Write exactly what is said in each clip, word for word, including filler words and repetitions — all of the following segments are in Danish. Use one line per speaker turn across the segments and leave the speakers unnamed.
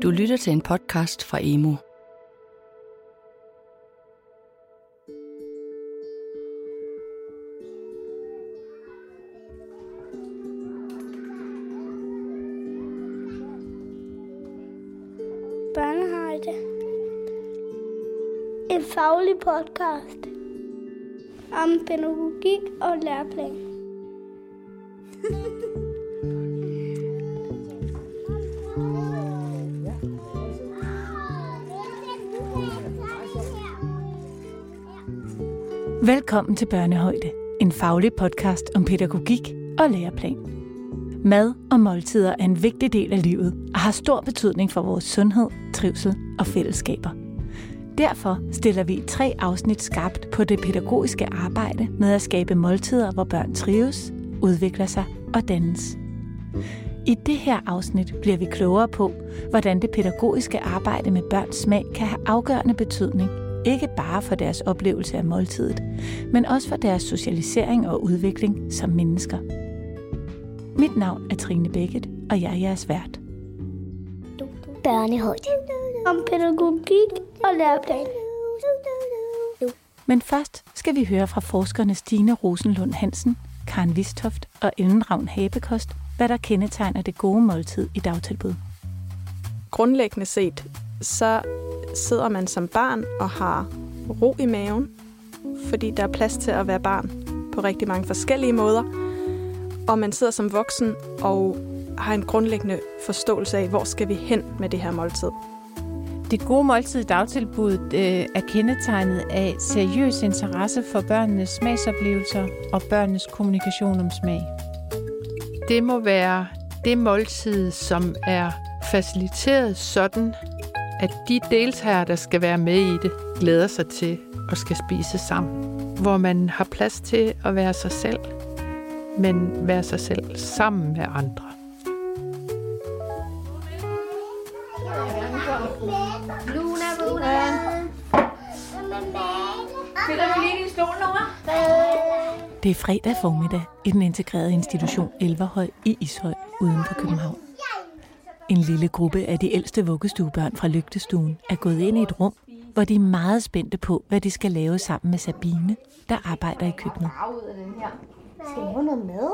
Du lytter til en podcast fra Emo.
Børnehøjde. En faglig podcast om pædagogik og læreplan.
Velkommen til Børnehøjde, en faglig podcast om pædagogik og læreplan. Mad og måltider er en vigtig del af livet og har stor betydning for vores sundhed, trivsel og fællesskaber. Derfor stiller vi tre afsnit skarpt på det pædagogiske arbejde med at skabe måltider, hvor børn trives, udvikler sig og dannes. I det her afsnit bliver vi klogere på, hvordan det pædagogiske arbejde med børns smag kan have afgørende betydning, ikke bare for deres oplevelse af måltidet, men også for deres socialisering og udvikling som mennesker. Mit navn er Trine Bækket, og jeg er jeres vært.
Børnehøjde. Om pædagogik og læreplan.
Men først skal vi høre fra forskerne Stine Rosenlund Hansen, Karen Vistoft og Ellen Ravn Habekost, hvad der kendetegner det gode måltid i dagtilbud.
Grundlæggende set, så sidder man som barn og har ro i maven, fordi der er plads til at være barn på rigtig mange forskellige måder. Og man sidder som voksen og har en grundlæggende forståelse af, hvor skal vi hen med det her måltid.
Det gode måltid i dagtilbuddet øh, er kendetegnet af seriøs interesse for børnenes smagsoplevelser og børnenes kommunikation om smag.
Det må være det måltid, som er faciliteret sådan, at de deltagere, der skal være med i det, glæder sig til at skal spise sammen. Hvor man har plads til at være sig selv, men være sig selv sammen med andre.
Luna, Luna. Finder du lige din stol, Nora?
Det er fredag formiddag i den integrerede institution Elverhøj i Ishøj uden for København. En lille gruppe af de ældste vuggestuebørn fra Lygtestuen er gået ind i et rum, hvor de er meget spændte på, hvad de skal lave sammen med Sabine, der arbejder i køkkenet.
Skal jeg lave noget mad?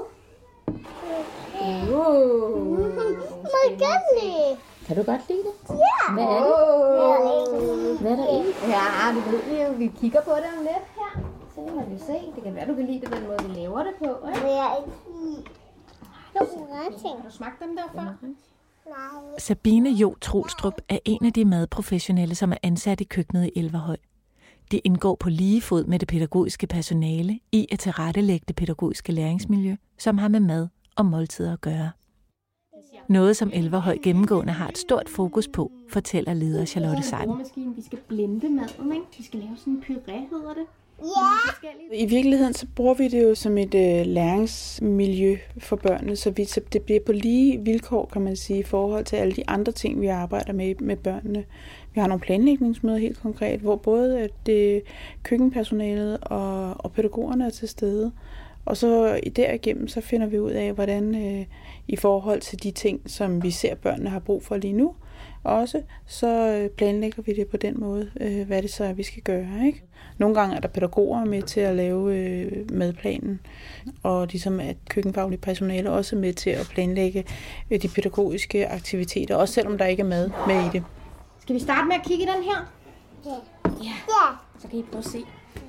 Uh.
Må jeg godt lide?
Kan du godt lide det?
Ja.
Hvad er det?
Uh.
Hvad er der i? Ja, det ved vi jo. Vi kigger på det om lidt her. Så må vi se. Det kan være, du kan lide det, den måde, vi laver det på. Ikke?
Det er ikke lide.
Har du smagt dem der før?
Sabine Jo Troelstrup er en af de madprofessionelle, som er ansat i køkkenet i Elverhøj. De indgår på lige fod med det pædagogiske personale i at tilrettelægge det pædagogiske læringsmiljø, som har med mad og måltider at gøre. Noget, som Elverhøj gennemgående har et stort fokus på, fortæller leder Charlotte Seiden.
Vi skal blende maden, ikke? Vi skal lave sådan en puré, hedder det.
Ja.
I virkeligheden så bruger vi det jo som et øh, læringsmiljø for børnene, så, vi, så det bliver på lige vilkår, kan man sige, i forhold til alle de andre ting, vi arbejder med med børnene. Vi har nogle planlægningsmøder helt konkret, hvor både at det køkkenpersonalet og, og pædagogerne er til stede. Og så derigennem så finder vi ud af, hvordan øh, i forhold til de ting, som vi ser børnene har brug for lige nu, også, så planlægger vi det på den måde, øh, hvad det så er, vi skal gøre. Ikke? Nogle gange er der pædagoger med til at lave øh, madplanen, og ligesom at køkkenfaglige personale også er med til at planlægge øh, de pædagogiske aktiviteter, også selvom der ikke er mad med i det.
Skal vi starte med at kigge i den her?
Ja.
Ja.
Ja.
Så kan I prøve at se.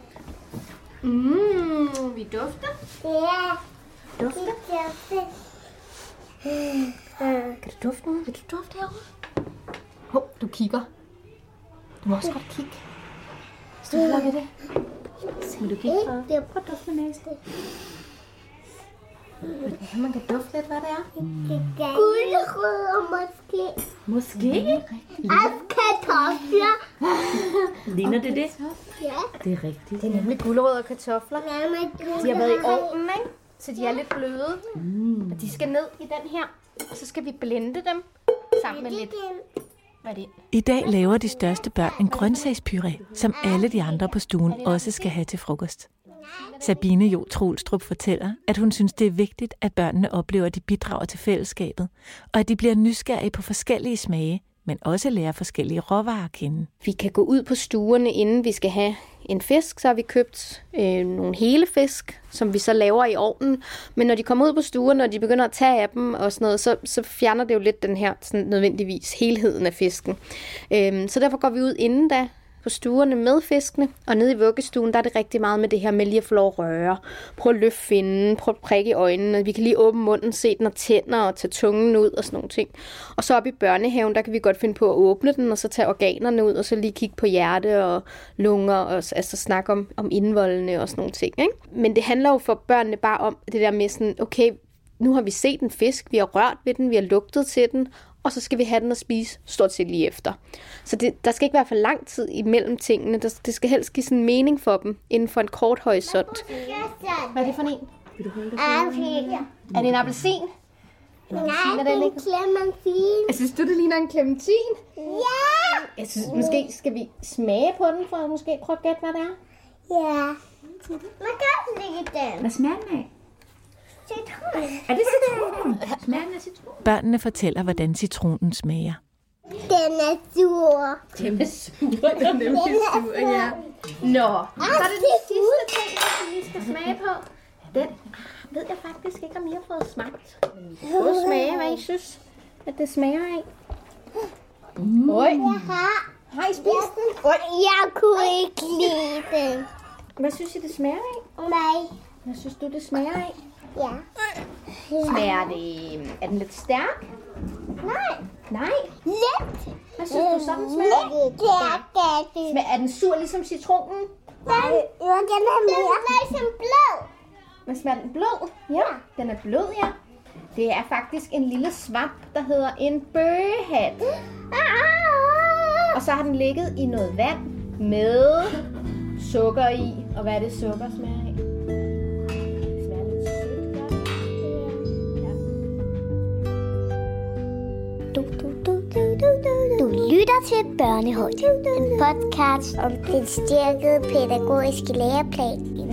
Mmm, vi dufter.
Ja.
Dufter.
Ja.
Kan du dufte noget? Vil du dufte herovre? Hov, du kigger. Du må også godt kigge. Stoler ved det. Vil du kigge?
Det er
Prøv at dufte med næsen. Hvordan man kan dufte lidt, hvad det er?
Gulerødder måske.
Måske.
Også kartofler.
Ligner det det?
Ja.
Det er rigtigt.
Det er nemlig gulerødder og kartofler.
Ja, men
De har været i ovnen, ikke? Så de er lidt bløde. Mm. Og de skal ned i den her. Og så skal vi blende dem sammen med lidt. Hvad er det?
I dag laver de største børn en grøntsagspuré, som alle de andre på stuen også skal have til frokost. Sabine Jo Troelstrup fortæller, at hun synes, det er vigtigt, at børnene oplever, at de bidrager til fællesskabet, og at de bliver nysgerrige på forskellige smage, men også lære forskellige råvarer at kende.
Vi kan gå ud på stuerne, inden vi skal have en fisk, så har vi købt øh, nogle hele fisk, som vi så laver i ovnen. Men når de kommer ud på stuerne, og de begynder at tage af dem og sådan noget, så, så fjerner det jo lidt den her sådan nødvendigvis helheden af fisken. Øh, så derfor går vi ud inden da på stuerne med fiskene, og nede i vuggestuen, der er det rigtig meget med det her med lige at få lov at røre. Prøv at løfte finnen, prøv at prikke i øjnene, vi kan lige åbne munden, se den og tænder og tage tungen ud og sådan nogle ting. Og så oppe i børnehaven, der kan vi godt finde på at åbne den, og så tage organerne ud, og så lige kigge på hjerte og lunger, og altså snakke om, om indvoldene og sådan nogle ting. Ikke? Men det handler jo for børnene bare om det der med sådan, okay, nu har vi set en fisk, vi har rørt ved den, vi har lugtet til den, og så skal vi have den at spise stort set lige efter. Så det, der skal ikke være for lang tid imellem tingene. Der, det skal helst give sådan mening for dem inden for en kort horisont. Hvad er det for en? Vil du holde det for? Er det en appelsin?
Nej, det er en clementin.
Jeg synes, du det ligner en clementin.
Ja!
Jeg synes, måske skal vi smage på den, for at måske prøve at gætte, hvad det er.
Ja. Man kan lægge den.
Hvad smager den af?
Citron.
Er det citron? Smager den af citron?
Børnene fortæller, hvordan citronen smager.
Den er sur.
Den er sur. Den er nemlig sur, ja.
Nå, så er det den sidste ting, vi lige skal smage på. Den ved jeg faktisk ikke, om I har fået smagt. Prøv at smage, hvad I synes, at det smager af. Mm. Oj.
Jeg har.
Har I spist den?
Oj, jeg kunne ikke lide den.
Hvad synes I, det smager af?
Nej.
Hvad synes du, det smager af?
Ja.
Smager det... Er den lidt stærk?
Nej.
Nej.
Lidt.
Hvad synes du, så den smager?
Lidt. Ja,
Smager, er den sur ligesom citronen?
Den, jo, den er mere. Den er som blød.
Men smager den blød? Ja, den er blød, ja. Det er faktisk en lille svamp, der hedder en bøgehat. Og så har den ligget i noget vand med sukker i. Og hvad er det, sukker smager af? Det smager lidt sødt, ja.
Du, du, du, du, du, du. Du lytter til Børnehøjde. En podcast om den stærkede pædagogiske læreplan.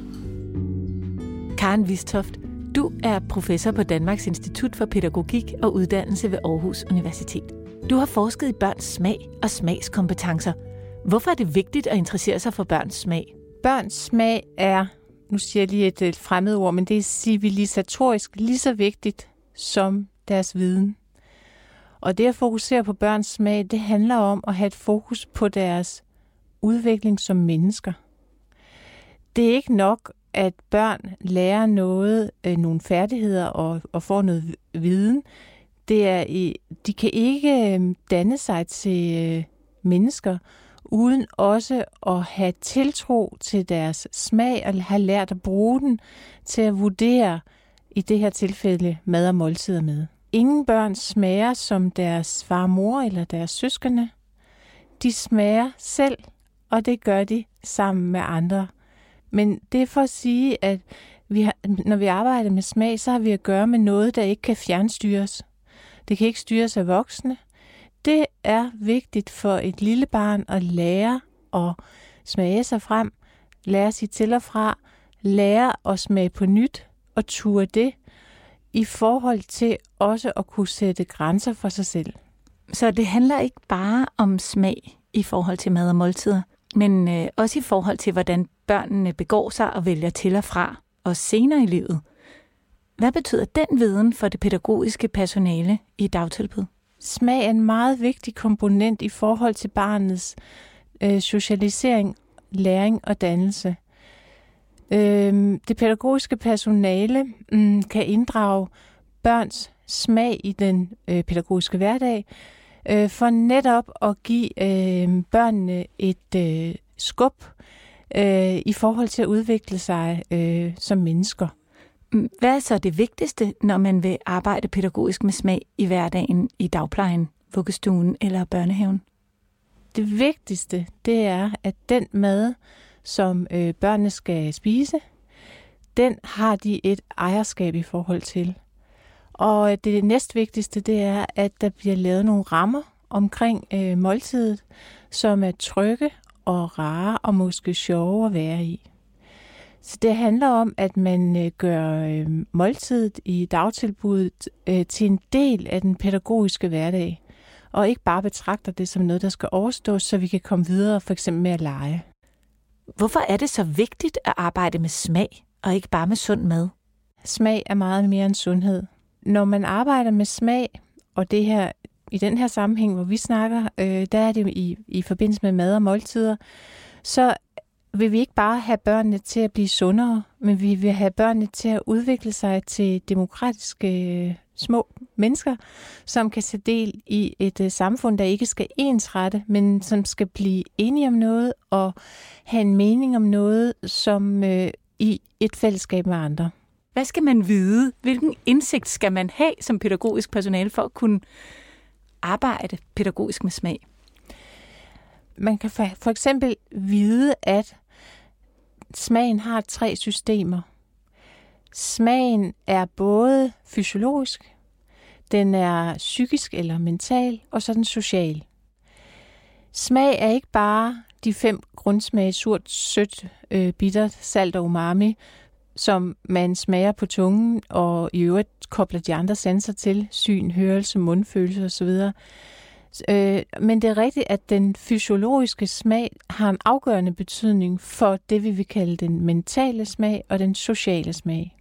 Karen Vistoft, du er professor på Danmarks Institut for Pædagogik og Uddannelse ved Aarhus Universitet. Du har forsket i børns smag og smagskompetencer. Hvorfor er det vigtigt at interessere sig for børns smag?
Børns smag er, nu siger jeg lige et, et fremmed ord, men det er civilisatorisk lige så vigtigt som deres viden. Og det at fokusere på børns smag, det handler om at have et fokus på deres udvikling som mennesker. Det er ikke nok, at børn lærer noget, øh, nogle færdigheder og, og får noget viden. Det er, de kan ikke øh, danne sig til øh, mennesker, uden også at have tiltro til deres smag og have lært at bruge den til at vurdere, i det her tilfælde, mad og måltider med. Ingen børn smager som deres far og mor eller deres søskende. De smager selv, og det gør de sammen med andre. Men det er for at sige, at vi har, når vi arbejder med smag, så har vi at gøre med noget, der ikke kan fjernstyres. Det kan ikke styres af voksne. Det er vigtigt for et lille barn at lære at smage sig frem, lære sig til og fra, lære at smage på nyt og ture det, i forhold til også at kunne sætte grænser for sig selv.
Så det handler ikke bare om smag i forhold til mad og måltider, men øh, også i forhold til, hvordan børnene begår sig og vælger til og fra, og senere i livet. Hvad betyder den viden for det pædagogiske personale i dagtilbud?
Smag er en meget vigtig komponent i forhold til barnets øh, socialisering, læring og dannelse. Øh, det pædagogiske personale øh, kan inddrage børns smag i den øh, pædagogiske hverdag, øh, for netop at give øh, børnene et øh, skub øh, i forhold til at udvikle sig øh, som mennesker.
Hvad er så det vigtigste, når man vil arbejde pædagogisk med smag i hverdagen i dagplejen, vuggestuen eller børnehaven?
Det vigtigste, det er, at den mad, som øh, børnene skal spise, den har de et ejerskab i forhold til. Og det næstvigtigste, det er, at der bliver lavet nogle rammer omkring øh, måltidet, som er trygge og rare og måske sjove at være i. Så det handler om, at man øh, gør øh, måltidet i dagtilbuddet øh, til en del af den pædagogiske hverdag. og ikke bare betragter det som noget, der skal overstås, så vi kan komme videre, for eksempel med at lege.
Hvorfor er det så vigtigt at arbejde med smag, og ikke bare med sund mad?
Smag er meget mere end sundhed. Når man arbejder med smag, og det her i den her sammenhæng, hvor vi snakker, øh, der er det i, i forbindelse med mad og måltider, så vil vi ikke bare have børnene til at blive sundere, men vi vil have børnene til at udvikle sig til demokratiske øh, små mennesker, som kan tage del i et øh, samfund, der ikke skal ensrette, men som skal blive enige om noget og have en mening om noget, som øh, i et fællesskab med andre.
Hvad skal man vide? Hvilken indsigt skal man have som pædagogisk personale for at kunne arbejde pædagogisk med smag?
Man kan for eksempel vide, at smagen har tre systemer. Smagen er både fysiologisk, den er psykisk eller mental, og så den social. Smag er ikke bare de fem grundsmage, surt, sødt, øh, bittert, salt og umami, som man smager på tungen, og i øvrigt kobler de andre sanser til, syn, hørelse, mundfølelse osv. Øh, men det er rigtigt, at den fysiologiske smag har en afgørende betydning for det, vi vil kalde den mentale smag og den sociale smag.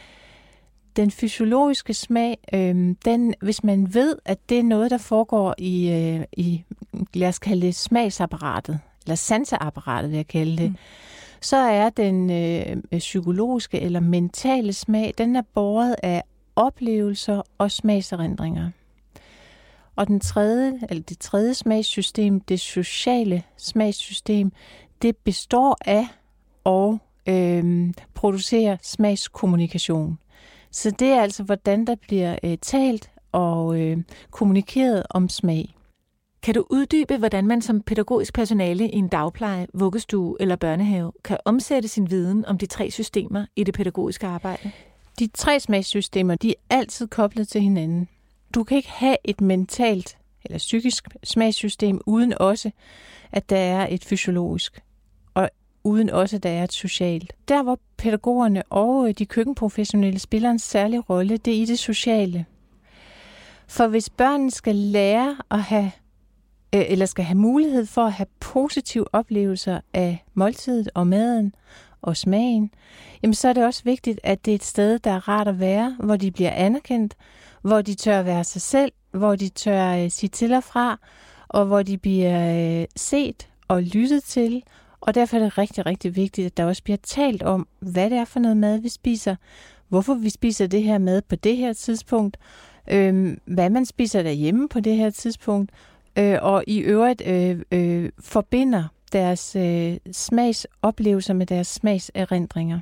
Den fysiologiske smag, øh, den, hvis man ved, at det er noget, der foregår i, øh, i lad os kalde det smagsapparatet, eller sanseapparatet vil jeg kalde det, mm. så er den øh, psykologiske eller mentale smag, den er båret af oplevelser og smagserindringer. Og den tredje, eller det tredje smagssystem, det sociale smagssystem, det består af at øh, producere smagskommunikation. Så det er altså, hvordan der bliver øh, talt og øh, kommunikeret om smag.
Kan du uddybe, hvordan man som pædagogisk personale i en dagpleje, vuggestue eller børnehave kan omsætte sin viden om de tre systemer i det pædagogiske arbejde?
De tre smagssystemer, de er altid koblet til hinanden. Du kan ikke have et mentalt eller psykisk smagssystem, uden også, at der er et fysiologisk, og uden også, at der er et socialt. Der, hvor pædagogerne og de køkkenprofessionelle spiller en særlig rolle, det er i det sociale. For hvis børnene skal lære at have, eller skal have mulighed for at have positive oplevelser af måltidet og maden og smagen, jamen så er det også vigtigt, at det er et sted, der er rart at være, hvor de bliver anerkendt, hvor de tør være sig selv, hvor de tør øh, sige til og fra, og hvor de bliver øh, set og lyttet til. Og derfor er det rigtig, rigtig vigtigt, at der også bliver talt om, hvad det er for noget mad, vi spiser, hvorfor vi spiser det her mad på det her tidspunkt, øh, hvad man spiser derhjemme på det her tidspunkt, øh, og i øvrigt øh, øh, forbinder deres øh, smagsoplevelser med deres smagserindringer.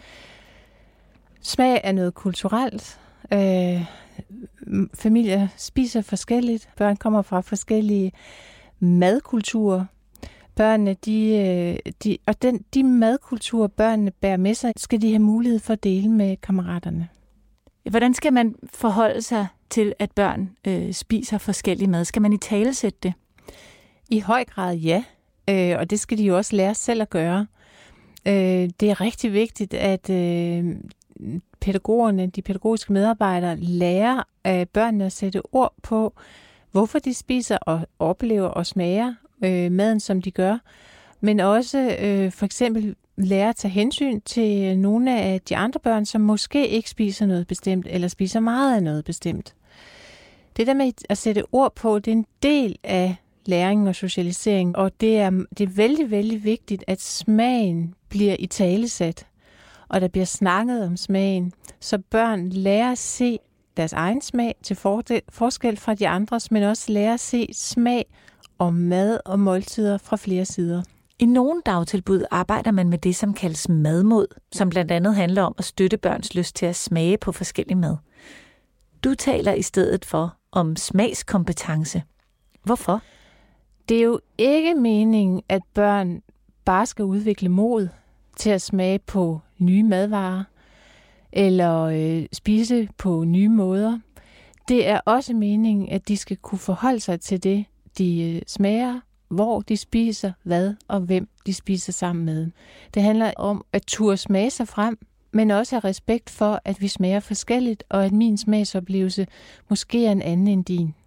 Smag er noget kulturelt. Øh, familier spiser forskelligt. Børn kommer fra forskellige madkulturer. Børnene, de, de, og den, de madkulturer, børnene bærer med sig, skal de have mulighed for at dele med kammeraterne.
Hvordan skal man forholde sig til, at børn øh, spiser forskellig mad? Skal man italesætte det?
I høj grad ja, øh, og det skal de jo også lære selv at gøre. Øh, det er rigtig vigtigt, at øh, pædagogerne, de pædagogiske medarbejdere, lærer øh, børnene at sætte ord på, hvorfor de spiser og oplever og smager øh, maden, som de gør. Men også øh, for eksempel lære at tage hensyn til nogle af de andre børn, som måske ikke spiser noget bestemt, eller spiser meget af noget bestemt. Det der med at sætte ord på, det er en del af læring og socialisering, og det er, det er vældig, vældig vigtigt, at smagen bliver italesat, og der bliver snakket om smagen, så børn lærer at se deres egen smag til forskel fra de andres, men også lærer at se smag og mad og måltider fra flere sider.
I nogle dagtilbud arbejder man med det, som kaldes madmod, som blandt andet handler om at støtte børns lyst til at smage på forskellig mad. Du taler i stedet for om smagskompetence. Hvorfor?
Det er jo ikke meningen, at børn bare skal udvikle mod til at smage på nye madvarer eller øh, spise på nye måder. Det er også meningen, at de skal kunne forholde sig til det, de øh, smager, hvor de spiser, hvad og hvem de spiser sammen med. Det handler om at turde smage sig frem, men også have respekt for, at vi smager forskelligt, og at min smagsoplevelse måske er en anden end din.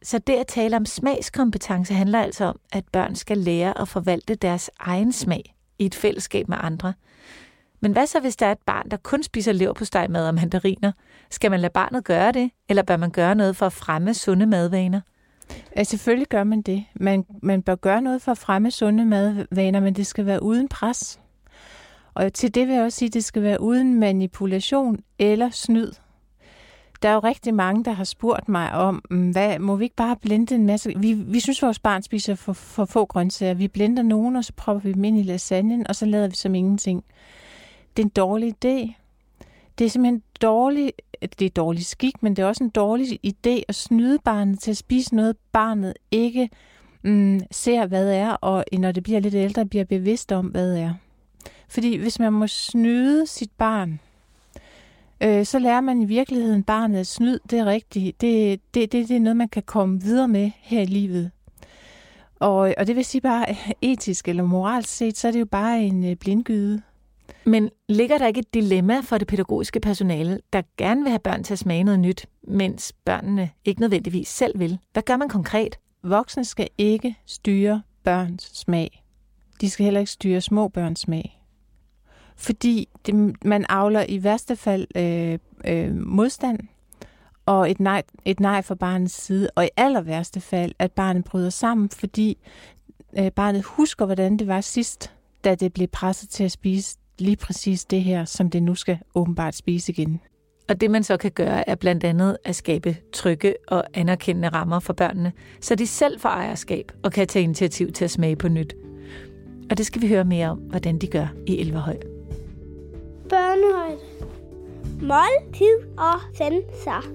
Så det at tale om smagskompetence handler altså om, at børn skal lære at forvalte deres egen smag i et fællesskab med andre. Men hvad så, hvis der er et barn, der kun spiser leverpostejmad og mandariner? Skal man lade barnet gøre det, eller bør man gøre noget for at fremme sunde madvaner?
Ja, selvfølgelig gør man det. Man, man bør gøre noget for at fremme sunde madvaner, men det skal være uden pres. Og til det vil jeg også sige, at det skal være uden manipulation eller snyd. Der er jo rigtig mange, der har spurgt mig om, hvad, må vi ikke bare blende en masse? Vi, vi synes, vores barn spiser for, for få grøntsager. Vi blender nogen, og så propper vi dem ind i lasagnen, og så lader vi som ingenting. Det er en dårlig idé. Det er simpelthen dårlig, det er dårlig skik, men det er også en dårlig idé at snyde barnet til at spise noget, barnet ikke mm, ser, hvad er, og når det bliver lidt ældre, bliver bevidst om, hvad er. Fordi hvis man må snyde sit barn, øh, så lærer man i virkeligheden barnet at snyde. Det er rigtigt. Det, det, det, det er noget, man kan komme videre med her i livet. Og, og det vil sige bare, etisk eller moralsk set, så er det jo bare en øh, blindgyde.
Men ligger der ikke et dilemma for det pædagogiske personale, der gerne vil have børn til at smage noget nyt, mens børnene ikke nødvendigvis selv vil? Hvad gør man konkret?
Voksne skal ikke styre børns smag. De skal heller ikke styre små børns smag. Fordi det, man avler i værste fald øh, øh, modstand og et nej, et nej fra barnets side, og i aller værste fald, at barnet bryder sammen, fordi øh, barnet husker, hvordan det var sidst, da det blev presset til at spise lige præcis det her, som det nu skal åbenbart spise igen.
Og det man så kan gøre, er blandt andet at skabe trygge og anerkendende rammer for børnene, så de selv får ejerskab og kan tage initiativ til at smage på nyt. Og det skal vi høre mere om, hvordan de gør i Elverhøj.
Børnehøjde. Måltid og sensor.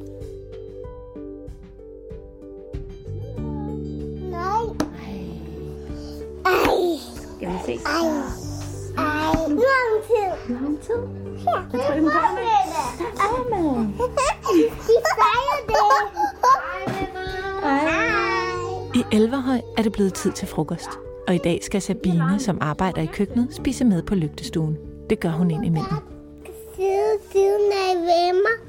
Nej. Ej.
Skal vi se?
Ej. Ej. Nu har hun tid.
Nu har hun tid.
Ja.
Jeg tror, hun kommer. Amen.
De fejrer det.
I Elverhøj er det blevet tid til frokost, og i dag skal Sabine, som arbejder i køkkenet, spise med på lygtestuen. Det gør hun ind imellem.
Sidde siden af ved mig.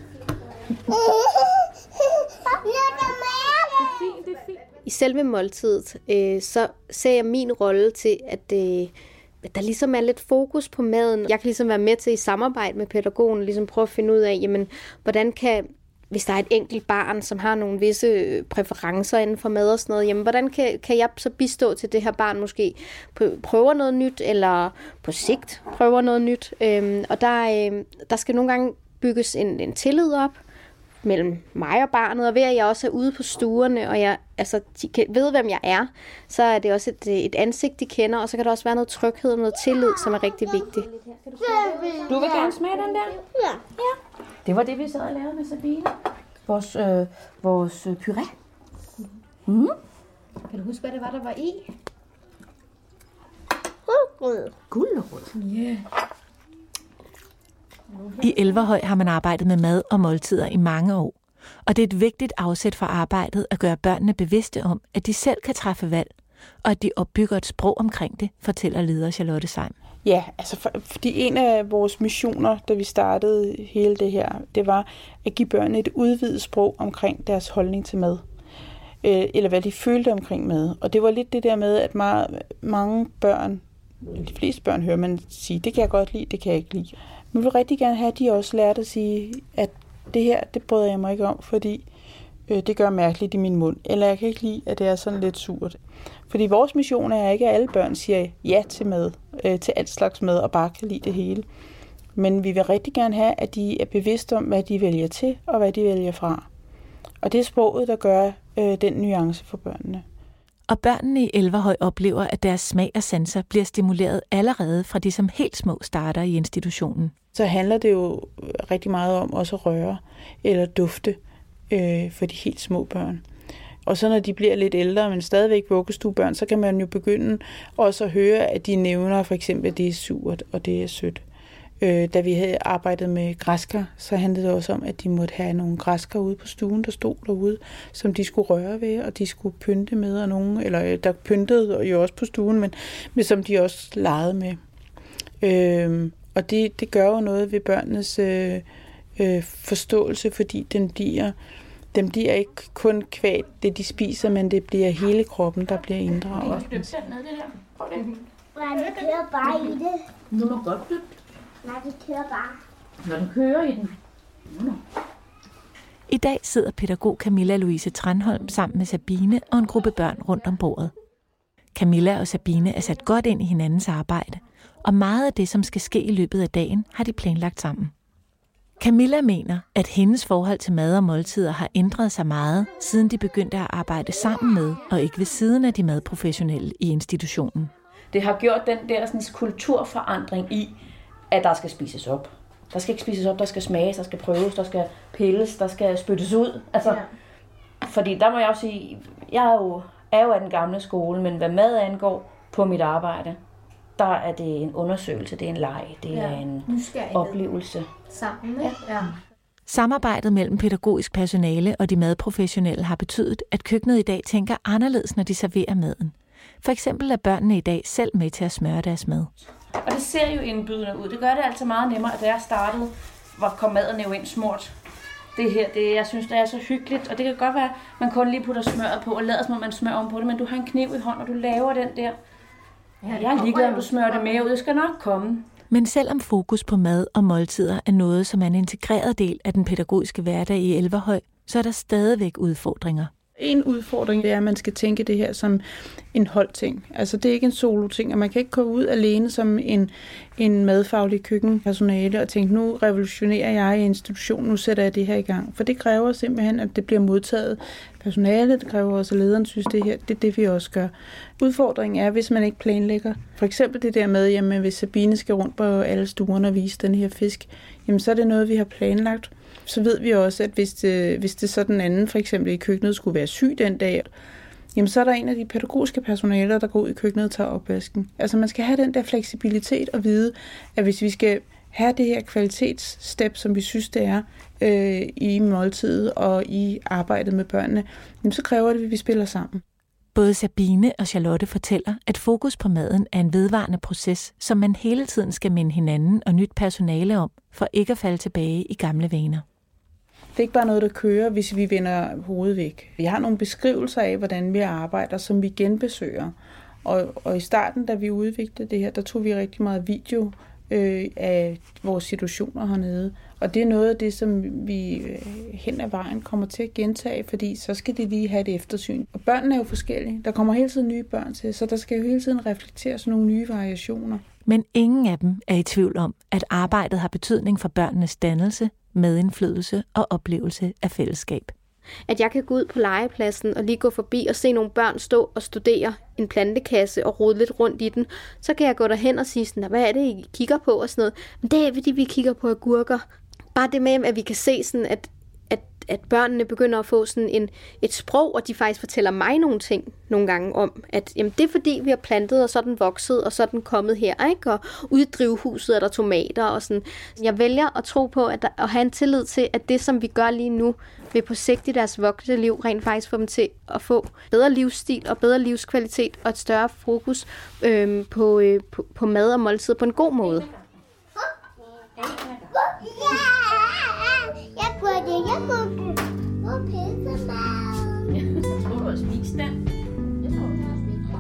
I selve måltidet, øh, så ser jeg min rolle til, at øh, der ligesom er lidt fokus på maden. Jeg kan ligesom være med til i samarbejde med pædagogen, ligesom prøve at finde ud af, jamen, hvordan kan, hvis der er et enkelt barn, som har nogle visse præferencer inden for mad og sådan noget, jamen, hvordan kan, kan jeg så bistå til det her barn måske prøver noget nyt, eller på sigt prøver noget nyt. Øhm, og der, øh, der skal nogle gange bygges en, en tillid op mellem mig og barnet, og ved at jeg også er ude på stuerne, og jeg altså, de ved, hvem jeg er, så er det også et, et ansigt, de kender, og så kan der også være noget tryghed og noget tillid, som er rigtig vigtigt.
Du vil gerne smage den der?
Ja.
Ja. Det var det, vi sad og lavede med Sabine. Vores, øh, vores puré. Mm. Kan du huske, hvad det var, der var i?
Guldrød.
Guldrød. Ja. Yeah.
I Elverhøj har man arbejdet med mad og måltider i mange år. Og det er et vigtigt afsæt for arbejdet at gøre børnene bevidste om, at de selv kan træffe valg, og at de opbygger et sprog omkring det, fortæller leder Charlotte Seim.
Ja, altså for, fordi en af vores missioner, da vi startede hele det her, det var at give børnene et udvidet sprog omkring deres holdning til mad. Øh, eller hvad de følte omkring mad. Og det var lidt det der med, at meget, mange børn, de fleste børn hører man sige, det kan jeg godt lide, det kan jeg ikke lide. Men vi vil rigtig gerne have, at de også lært at sige, at det her, det bryder jeg mig ikke om, fordi øh, det gør mærkeligt i min mund. Eller jeg kan ikke lide, at det er sådan lidt surt. Fordi vores mission er ikke, at alle børn siger ja til mad, øh, til alt slags mad, og bare kan lide det hele. Men vi vil rigtig gerne have, at de er bevidste om, hvad de vælger til, og hvad de vælger fra. Og det er sproget, der gør øh, den nuance for børnene.
Og børnene i Elverhøj oplever, at deres smag og sanser bliver stimuleret allerede fra de som helt små starter i institutionen.
Så handler det jo rigtig meget om også at røre eller dufte øh, for de helt små børn. Og så når de bliver lidt ældre, men stadigvæk vuggestuebørn, så kan man jo begynde også at høre, at de nævner for eksempel, at det er surt og det er sødt. Øh, da vi havde arbejdet med græskar, så handlede det også om, at de måtte have nogle græskar ude på stuen, der stod derude, som de skulle røre ved, og de skulle pynte med, og nogen, eller der pyntede jo også på stuen, men, men som de også legede med. Øh, og det, det gør jo noget ved børnenes øh, øh, forståelse, fordi den bliver dem bliver ikke kun kvæg det, de spiser, men det bliver hele kroppen, der bliver inddraget.
Nej, det kører bare i det.
Nu må godt dybt.
Nej, det kører bare.
Når den kører i den. Nu.
I dag sidder pædagog Camilla Louise Tranholm sammen med Sabine og en gruppe børn rundt om bordet. Camilla og Sabine er sat godt ind i hinandens arbejde, og meget af det, som skal ske i løbet af dagen, har de planlagt sammen. Camilla mener, at hendes forhold til mad og måltider har ændret sig meget, siden de begyndte at arbejde sammen med og ikke ved siden af de madprofessionelle i institutionen.
Det har gjort den der sådan, kulturforandring i, at der skal spises op. Der skal ikke spises op, der skal smages, der skal prøves, der skal pilles, der skal spyttes ud. Altså, ja. Fordi der må jeg også sige, jeg er jo, er jo af den gamle skole, men hvad mad angår på mit arbejde, der er det en undersøgelse, det er en leg, det er ja. en oplevelse.
Sammen, ikke? Ja. Ja.
Samarbejdet mellem pædagogisk personale og de madprofessionelle har betydet, at køkkenet i dag tænker anderledes, når de serverer maden. For eksempel er børnene i dag selv med til at smøre deres mad.
Og det ser jo indbydende ud. Det gør det altså meget nemmere, at da jeg startede, hvor kom maden jo ind smurt. Det her, det, jeg synes, det er så hyggeligt. Og det kan godt være, at man kun lige putter smøret på og lader som om man smører om på det, men du har en kniv i hånden, og du laver den der. Ja, jeg er ligeglad, om du smører det mere ud. Det skal nok komme.
Men selvom fokus på mad og måltider er noget, som er en integreret del af den pædagogiske hverdag i Elverhøj, så er der stadigvæk udfordringer.
En udfordring er, at man skal tænke det her som en holdting. Altså det er ikke en solo-ting, og man kan ikke komme ud alene som en, en madfaglig køkkenpersonale og tænke, nu revolutionerer jeg i institutionen, nu sætter jeg det her i gang. For det kræver simpelthen, at det bliver modtaget personalet, det kræver også, at lederen synes, det her, det er det, vi også gør. Udfordringen er, hvis man ikke planlægger. For eksempel det der med, jamen hvis Sabine skal rundt på alle stuerne og vise den her fisk, jamen så er det noget, vi har planlagt. Så ved vi også, at hvis det, hvis det så den anden, for eksempel i køkkenet, skulle være syg den dag, jamen så er der en af de pædagogiske personaler, der går ud i køkkenet og tager opvasken. Altså man skal have den der fleksibilitet og vide, at hvis vi skal have det her kvalitetsstep, som vi synes det er øh, i måltidet og i arbejdet med børnene, jamen så kræver det, at vi spiller sammen.
Både Sabine og Charlotte fortæller, at fokus på maden er en vedvarende proces, som man hele tiden skal minde hinanden og nyt personale om, for ikke at falde tilbage i gamle vaner.
Det er ikke bare noget, der kører, hvis vi vender hovedet væk. Vi har nogle beskrivelser af, hvordan vi arbejder, som vi genbesøger. Og, og i starten, da vi udviklede det her, der tog vi rigtig meget video øh, af vores situationer hernede. Og det er noget af det, som vi øh, hen ad vejen kommer til at gentage, fordi så skal de lige have et eftersyn. Og børnene er jo forskellige. Der kommer hele tiden nye børn til, så der skal jo hele tiden reflekteres nogle nye variationer.
Men ingen af dem er i tvivl om, at arbejdet har betydning for børnenes dannelse, medindflydelse og oplevelse af fællesskab.
At jeg kan gå ud på legepladsen og lige gå forbi og se nogle børn stå og studere en plantekasse og rode lidt rundt i den, så kan jeg gå derhen og sige sådan, hvad er det, I kigger på og sådan noget. Men det er, fordi vi kigger på agurker. Bare det med, at vi kan se sådan, at At, at børnene begynder at få sådan en, et sprog, og de faktisk fortæller mig nogle ting nogle gange om, at jamen, det er fordi, vi har plantet, og så er den vokset, og så er den kommet her, ikke? Og ude i drivhuset er der tomater og sådan. Jeg vælger at tro på, at, der, at have en tillid til, at det, som vi gør lige nu, vil på sigt i deres voksne liv rent faktisk få dem til at få bedre livsstil og bedre livskvalitet og et større fokus øhm, på, øh, på, på mad og måltid på en god måde.
Jeg kunne det, jeg kunne det. Og pisse mad.
Jeg tror, du har spist den. Jeg tror, du har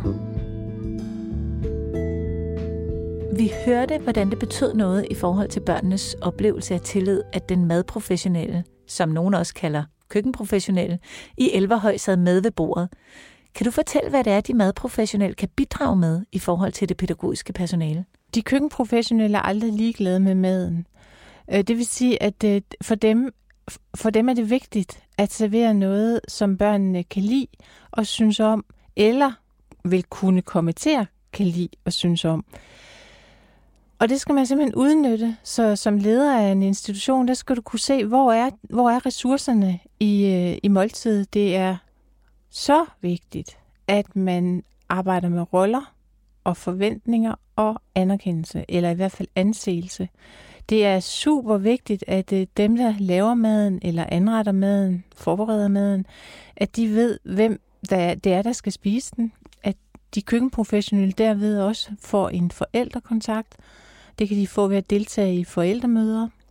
spist den.
Vi hørte, hvordan det betød noget i forhold til børnenes oplevelse af tillid, at den madprofessionelle, som nogen også kalder køkkenprofessionelle, i Elverhøj sad med ved bordet. Kan du fortælle, hvad det er, de madprofessionelle kan bidrage med i forhold til det pædagogiske personale?
De køkkenprofessionelle er aldrig ligeglade med maden. Det vil sige, at for dem, for dem er det vigtigt at servere noget, som børnene kan lide og synes om, eller vil kunne komme til at kan lide og synes om. Og det skal man simpelthen udnytte. Så som leder af en institution, der skal du kunne se, hvor er, hvor er ressourcerne i, i måltidet. Det er så vigtigt, at man arbejder med roller og forventninger og anerkendelse, eller i hvert fald anseelse. Det er super vigtigt, at dem, der laver maden, eller anretter maden, forbereder maden, at de ved, hvem det er, der skal spise den. At de køkkenprofessionelle derved også får en forældrekontakt. Det kan de få ved at deltage i forældremøder,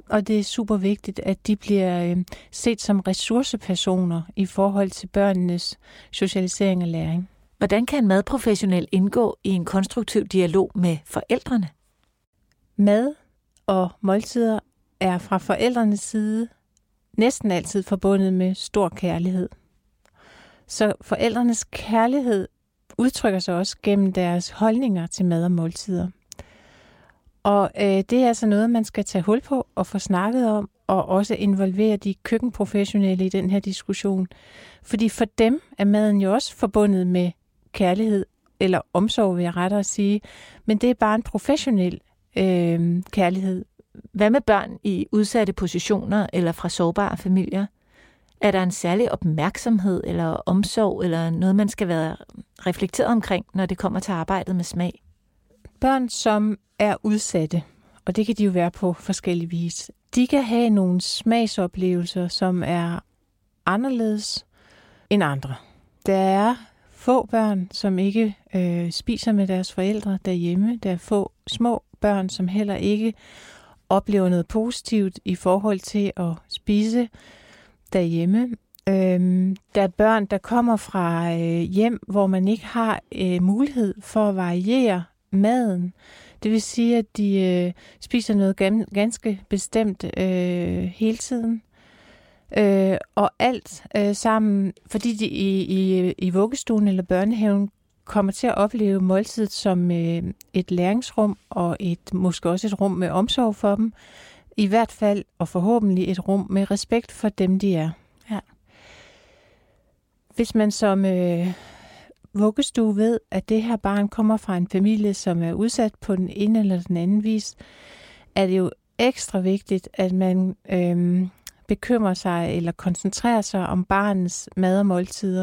og det er super vigtigt, at de bliver øh, set som ressourcepersoner i forhold til børnenes socialisering og læring.
Hvordan kan en madprofessionel indgå i en konstruktiv dialog med forældrene?
Mad og måltider er fra forældrenes side næsten altid forbundet med stor kærlighed. Så forældrenes kærlighed udtrykker sig også gennem deres holdninger til mad og måltider. Og øh, det er altså noget, man skal tage hul på og få snakket om, og også involvere de køkkenprofessionelle i den her diskussion. Fordi for dem er maden jo også forbundet med kærlighed, eller omsorg vil jeg rettere sige, men det er bare en professionel øh, kærlighed.
Hvad med børn i udsatte positioner eller fra sårbare familier? Er der en særlig opmærksomhed eller omsorg, eller noget, man skal være reflekteret omkring, når det kommer til arbejdet med smag?
Børn, som er udsatte, og det kan de jo være på forskellige vis, de kan have nogle smagsoplevelser, som er anderledes end andre. Der er få børn, som ikke øh, spiser med deres forældre derhjemme. Der er få små børn, som heller ikke oplever noget positivt i forhold til at spise derhjemme. Øhm, der er børn, der kommer fra øh, hjem, hvor man ikke har øh, mulighed for at variere maden. Det vil sige, at de øh, spiser noget ganske bestemt øh, hele tiden. Øh, og alt øh, sammen, fordi de i, i, i vuggestuen eller børnehaven kommer til at opleve måltidet som øh, et læringsrum og et måske også et rum med omsorg for dem. I hvert fald og forhåbentlig et rum med respekt for dem, de er. Ja. Hvis man som øh, vuggestue ved, at det her barn kommer fra en familie, som er udsat på den ene eller den anden vis, er det jo ekstra vigtigt, at man øh, bekymrer sig eller koncentrerer sig om barnets mad og måltider.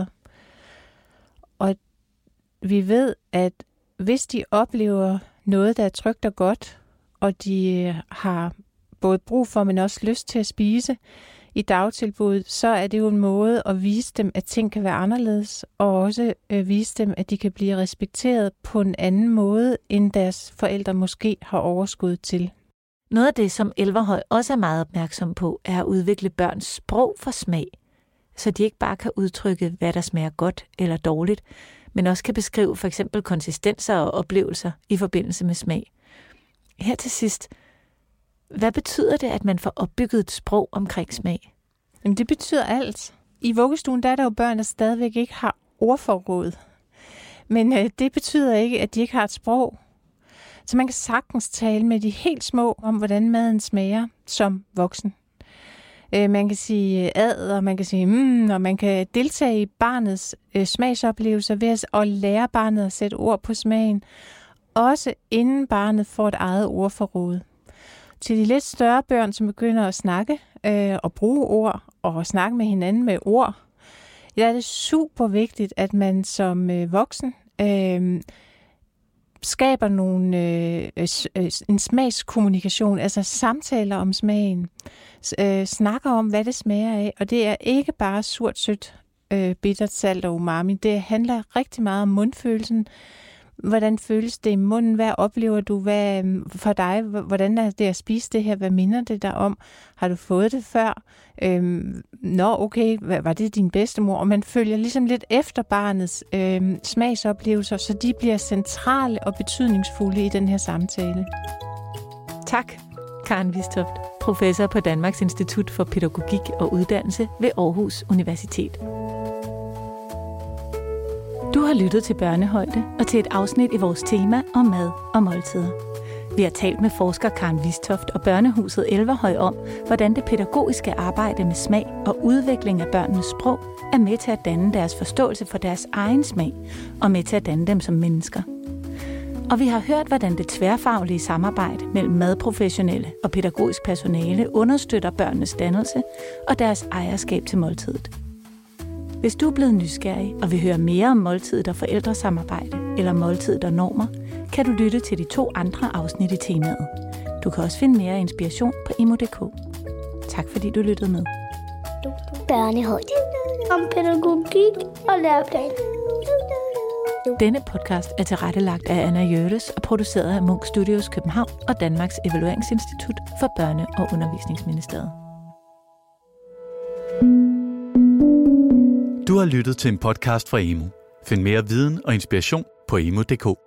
Og vi ved, at hvis de oplever noget, der er trygt og godt, og de har både brug for, men også lyst til at spise i dagtilbuddet, så er det jo en måde at vise dem, at ting kan være anderledes, og også øh, vise dem, at de kan blive respekteret på en anden måde, end deres forældre måske har overskud til.
Noget af det, som Elverhøj også er meget opmærksom på, er at udvikle børns sprog for smag, så de ikke bare kan udtrykke, hvad der smager godt eller dårligt, men også kan beskrive for eksempel konsistenser og oplevelser i forbindelse med smag. Her til sidst, hvad betyder det, at man får opbygget et sprog omkring smag?
Jamen, det betyder alt. I vuggestuen der er der jo børn, der stadigvæk ikke har ordforråd. Men øh, det betyder ikke, at de ikke har et sprog. Så man kan sagtens tale med de helt små om, hvordan maden smager som voksen. Øh, man kan sige ad, og man kan sige mm, og man kan deltage i barnets øh, smagsoplevelser ved at lære barnet at sætte ord på smagen. Også inden barnet får et eget ordforråd. Til de lidt større børn, som begynder at snakke øh, og bruge ord og snakke med hinanden med ord, ja, er det super vigtigt, at man som øh, voksen øh, skaber nogle, øh, øh, en smagskommunikation, altså samtaler om smagen, øh, snakker om, hvad det smager af, og det er ikke bare surt, sødt, øh, bittert, salt og umami. Det handler rigtig meget om mundfølelsen. Hvordan føles det i munden? Hvad oplever du? Hvad for dig? Hvordan er det at spise det her? Hvad minder det dig om? Har du fået det før? Øhm, nå, okay, var det din bedstemor? Og man følger ligesom lidt efter barnets øhm, smagsoplevelser, så de bliver centrale og betydningsfulde i den her samtale.
Tak, Karen Vistoft, professor på Danmarks Institut for Pædagogik og Uddannelse ved Aarhus Universitet. Du har lyttet til Børnehøjde og til et afsnit i vores tema om mad og måltider. Vi har talt med forsker Karen Vistoft og Børnehuset Elverhøj om, hvordan det pædagogiske arbejde med smag og udvikling af børnenes sprog er med til at danne deres forståelse for deres egen smag og med til at danne dem som mennesker. Og vi har hørt, hvordan det tværfaglige samarbejde mellem madprofessionelle og pædagogisk personale understøtter børnenes dannelse og deres ejerskab til måltidet. Hvis du er blevet nysgerrig og vil høre mere om måltidet og forældresamarbejde eller måltidet og normer, kan du lytte til de to andre afsnit i temaet. Du kan også finde mere inspiration på imo punktum d k. Tak fordi du lyttede med.
Børnehøjde om pædagogik og læreplan.
Denne podcast er tilrettelagt af Anna Jørges og produceret af Munch Studios København og Danmarks Evalueringsinstitut for Børne- og Undervisningsministeriet.
Du har lyttet til en podcast fra Emu. Find mere viden og inspiration på emu punktum d k.